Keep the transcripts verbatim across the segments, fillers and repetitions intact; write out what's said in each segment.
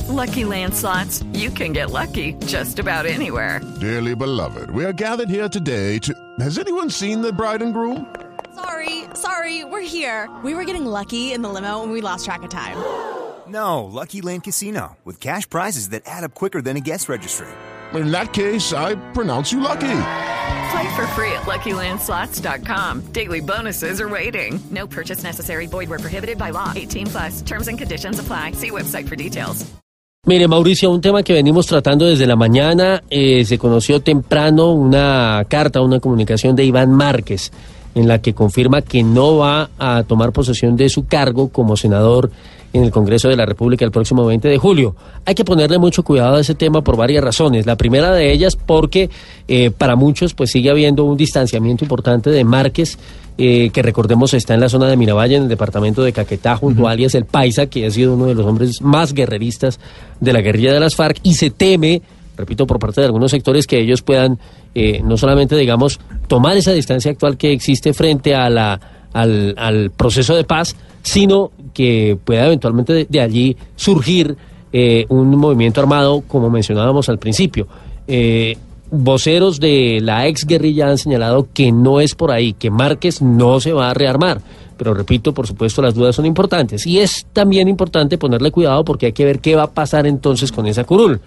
Lucky Land Slots, you can get lucky just about anywhere. Dearly beloved, we are gathered here today to... Has anyone seen the bride and groom? Sorry, sorry, we're here. We were getting lucky in the limo and we lost track of time. No, Lucky Land Casino, with cash prizes that add up quicker than a guest registry. In that case, I pronounce you lucky. Play for free at Lucky Land Slots dot com. Daily bonuses are waiting. No purchase necessary. Void where prohibited by law. eighteen plus. Terms and conditions apply. See website for details. Mire, Mauricio, un tema que venimos tratando desde la mañana. Eh, se conoció temprano una carta, una comunicación de Iván Márquez, en la que confirma que no va a tomar posesión de su cargo como senador en el Congreso de la República el próximo veinte de julio. Hay que ponerle mucho cuidado a ese tema por varias razones. La primera de ellas porque eh, para muchos pues sigue habiendo un distanciamiento importante de Márquez, eh, que recordemos está en la zona de Miravalle, en el departamento de Caquetá, junto uh-huh. a alias El Paisa, que ha sido uno de los hombres más guerreristas de la guerrilla de las FARC, y se teme, repito, por parte de algunos sectores, que ellos puedan eh, no solamente, digamos, tomar esa distancia actual que existe frente a la, al, al proceso de paz, sino que pueda eventualmente de, de allí surgir eh, un movimiento armado, como mencionábamos al principio. Eh, voceros de la ex guerrilla han señalado que no es por ahí, que Márquez no se va a rearmar. Pero repito, por supuesto, las dudas son importantes. Y es también importante ponerle cuidado porque hay que ver qué va a pasar entonces con esa curul.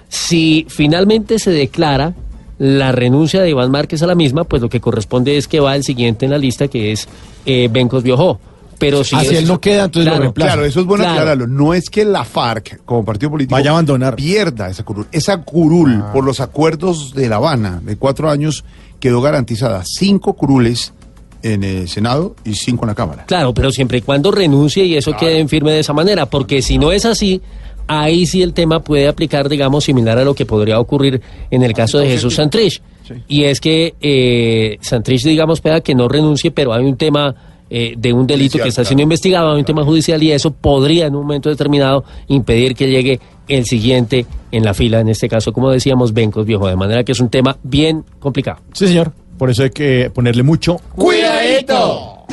Si finalmente se declara la renuncia de Iván Márquez a la misma, pues lo que corresponde es que va el siguiente en la lista, que es eh, Bencos Biojó. Pero si, ah, si él no queda, entonces claro, lo reemplaza. Claro, eso es bueno claro. aclararlo. No es que la FARC, como partido político, vaya a abandonar, pierda esa curul. Esa curul, ah. por los acuerdos de La Habana de cuatro años, quedó garantizada. Cinco curules en el Senado y cinco en la Cámara. Claro, pero siempre y cuando renuncie y eso claro. quede en firme de esa manera, porque si no es así, ahí sí el tema puede aplicar, digamos, similar a lo que podría ocurrir en el caso de Jesús Santrich. Sí. Y es que eh, Santrich, digamos, pueda que no renuncie, pero hay un tema eh, de un delito judicial, que está siendo claro. investigado, hay un claro. tema judicial, y eso podría en un momento determinado impedir que llegue el siguiente en la fila, en este caso, como decíamos, Bencos Biojó, de manera que es un tema bien complicado. Sí, señor. Por eso hay que ponerle mucho ¡cuidadito!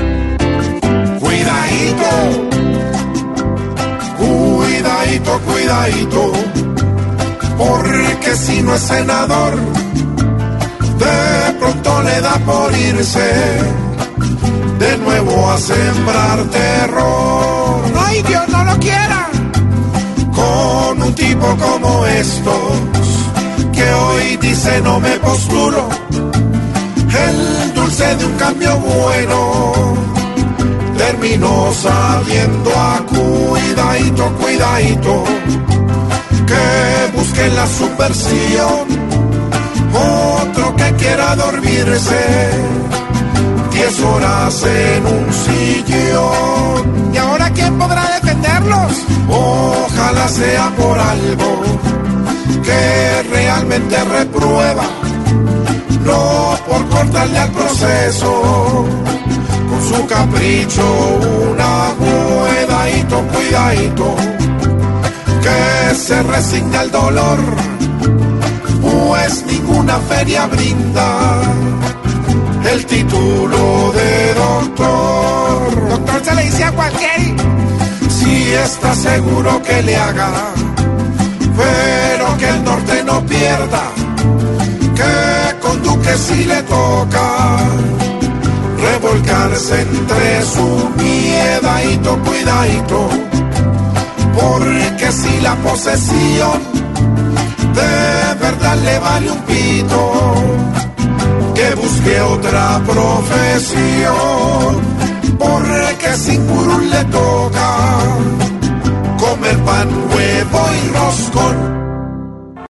¡Cuidadito! Cuidadito, cuidadito, porque si no es senador, de pronto le da por irse de nuevo a sembrar terror. ¡Ay, Dios no lo quiera! Con un tipo como estos, que hoy dice no me posturo, el dulce de un cambio bueno terminó sabiendo a cuidadito, cuidadito, que busquen la subversión, otro que quiera dormirse diez horas en un sillón. ¿Y ahora quién podrá defenderlos? Ojalá sea por algo que realmente reprueba, no por cortarle al proceso con su capricho una cuidadito, cuidadito, que se resigna al dolor, pues ninguna feria brinda el título de doctor. Doctor se le dice a cualquiera, si está seguro que le haga, pero que el norte no pierda, que con Duque sí le toca revolcarse entre su miedadito, cuidadito, porque si la posesión de verdad le vale un pito, que busque otra profesión, porque sin curul le toca comer pan, huevo y roscón.